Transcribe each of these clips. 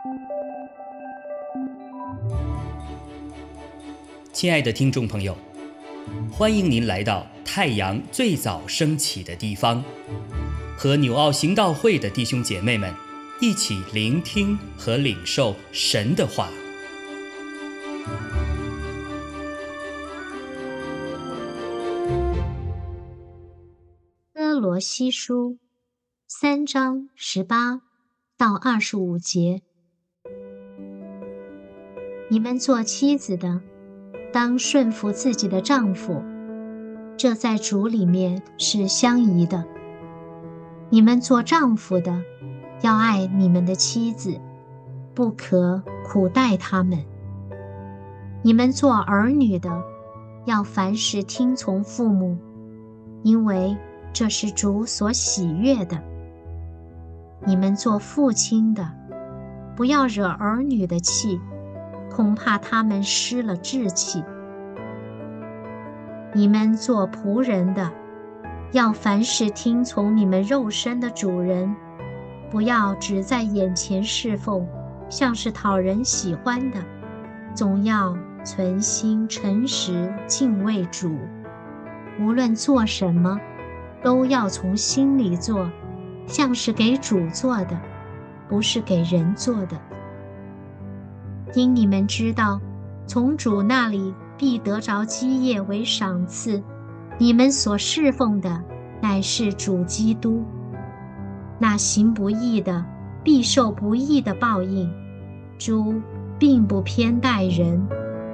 亲爱的听众朋友，欢迎您来到太阳最早升起的地方，和纽奥行道会的弟兄姐妹们一起聆听和领受神的话。 哥罗西书3章18到25节，你们做妻子的，当顺服自己的丈夫，这在主里面是相宜的。你们做丈夫的，要爱你们的妻子，不可苦待他们。你们做儿女的，要凡事听从父母，因为这是主所喜悦的。你们做父亲的，不要惹儿女的气，恐怕他们失了志气。你们做仆人的，要凡事听从你们肉身的主人，不要只在眼前侍奉，像是讨人喜欢的，总要存心诚实，敬畏主。无论做什么，都要从心里做，像是给主做的，不是给人做的。因你们知道，从主那里必得着基业为赏赐，你们所侍奉的乃是主基督。那行不义的必受不义的报应，主并不偏待人。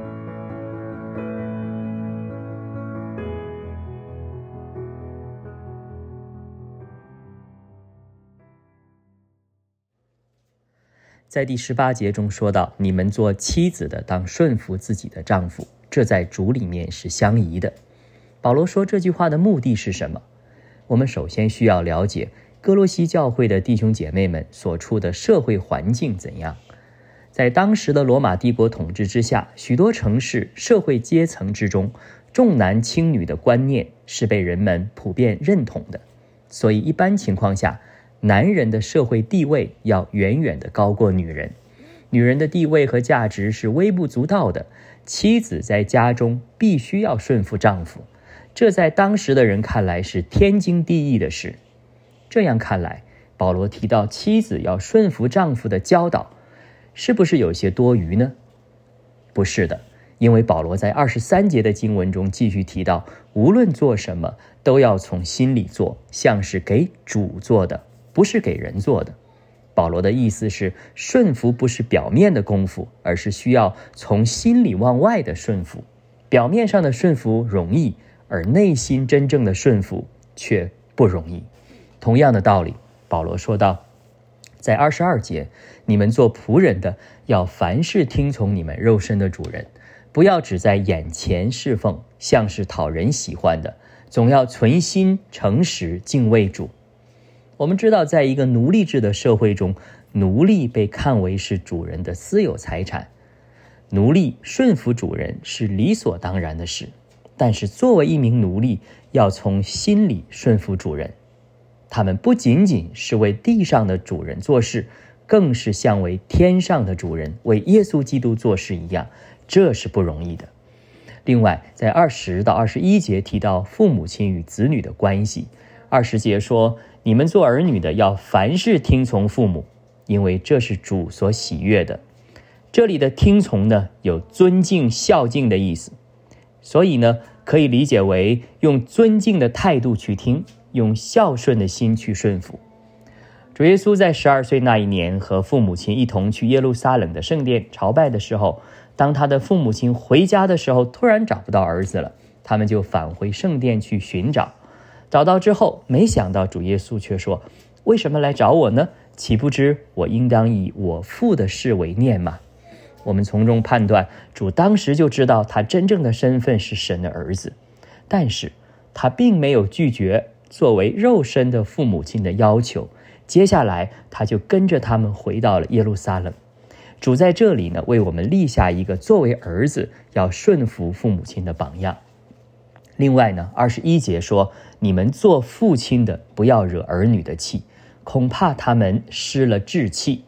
在第18节中说到，你们做妻子的，当顺服自己的丈夫，这在主里面是相宜的。保罗说这句话的目的是什么？我们首先需要了解哥罗西教会的弟兄姐妹们所处的社会环境怎样。在当时的罗马帝国统治之下，许多城市社会阶层之中，重男轻女的观念是被人们普遍认同的，所以一般情况下，男人的社会地位要远远的高过女人，女人的地位和价值是微不足道的，妻子在家中必须要顺服丈夫，这在当时的人看来是天经地义的事。这样看来，保罗提到妻子要顺服丈夫的教导，是不是有些多余呢？不是的，因为保罗在23节的经文中继续提到，无论做什么都要从心里做，像是给主做的，不是给人做的。保罗的意思是，顺服不是表面的功夫，而是需要从心里往外的顺服。表面上的顺服容易，而内心真正的顺服却不容易。同样的道理，保罗说道，在22节，你们做仆人的，要凡事听从你们肉身的主人，不要只在眼前侍奉，像是讨人喜欢的，总要存心诚实，敬畏主。我们知道，在一个奴隶制的社会中，奴隶被看为是主人的私有财产，奴隶顺服主人是理所当然的事。但是作为一名奴隶，要从心里顺服主人。他们不仅仅是为地上的主人做事，更是像为天上的主人，为耶稣基督做事一样，这是不容易的。另外，在20到21节提到父母亲与子女的关系。20节说，你们做儿女的要凡事听从父母，因为这是主所喜悦的。这里的听从呢，有尊敬孝敬的意思，所以呢，可以理解为用尊敬的态度去听，用孝顺的心去顺服。主耶稣在12岁那一年和父母亲一同去耶路撒冷的圣殿朝拜的时候，当他的父母亲回家的时候，突然找不到儿子了，他们就返回圣殿去寻找。找到之后，没想到主耶稣却说，为什么来找我呢？岂不知我应当以我父的事为念吗？我们从中判断，主当时就知道他真正的身份是神的儿子，但是他并没有拒绝作为肉身的父母亲的要求，接下来他就跟着他们回到了耶路撒冷。主在这里呢，为我们立下一个作为儿子要顺服父母亲的榜样。另外呢，21节说，你们做父亲的不要惹儿女的气，恐怕他们失了志气。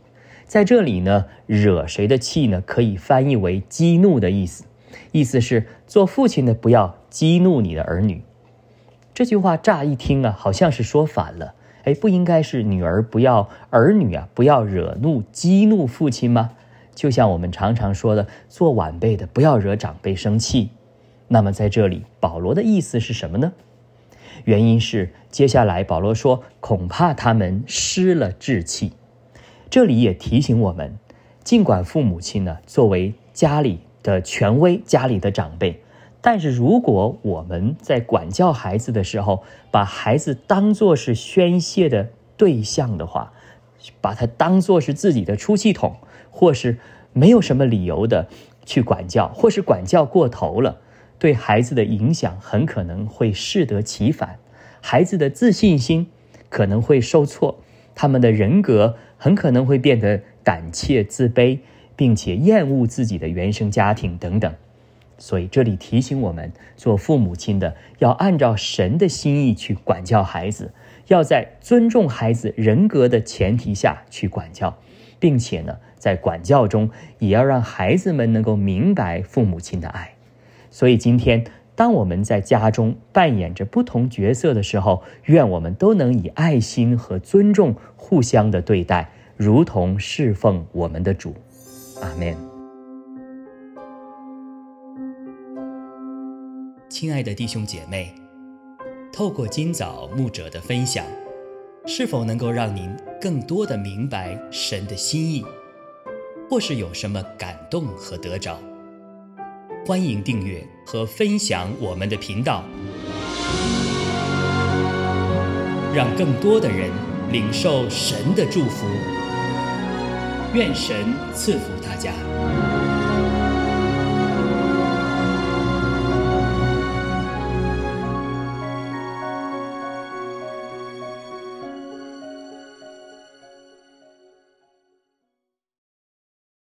在这里呢，惹谁的气呢，可以翻译为激怒的意思，意思是做父亲的不要激怒你的儿女。这句话乍一听啊，好像是说反了，不应该是儿女不要惹怒激怒父亲吗？就像我们常常说的，做晚辈的不要惹长辈生气。那么在这里保罗的意思是什么呢？原因是接下来保罗说，恐怕他们失了志气。这里也提醒我们，尽管父母亲呢作为家里的权威，家里的长辈，但是如果我们在管教孩子的时候，把孩子当作是宣泄的对象的话，把他当作是自己的出气筒，或是没有什么理由的去管教，或是管教过头了，对孩子的影响很可能会适得其反，孩子的自信心可能会受挫，他们的人格很可能会变得胆怯自卑，并且厌恶自己的原生家庭等等。所以这里提醒我们，做父母亲的要按照神的心意去管教孩子，要在尊重孩子人格的前提下去管教，并且呢，在管教中也要让孩子们能够明白父母亲的爱。所以今天当我们在家中扮演着不同角色的时候，愿我们都能以爱心和尊重互相的对待，如同侍奉我们的主。阿们。 亲爱的弟兄姐妹，透过今早牧者的分享，是否能够让您更多的明白神的心意，或是有什么感动和得着？欢迎订阅和分享我们的频道，让更多的人领受神的祝福。愿神赐福大家。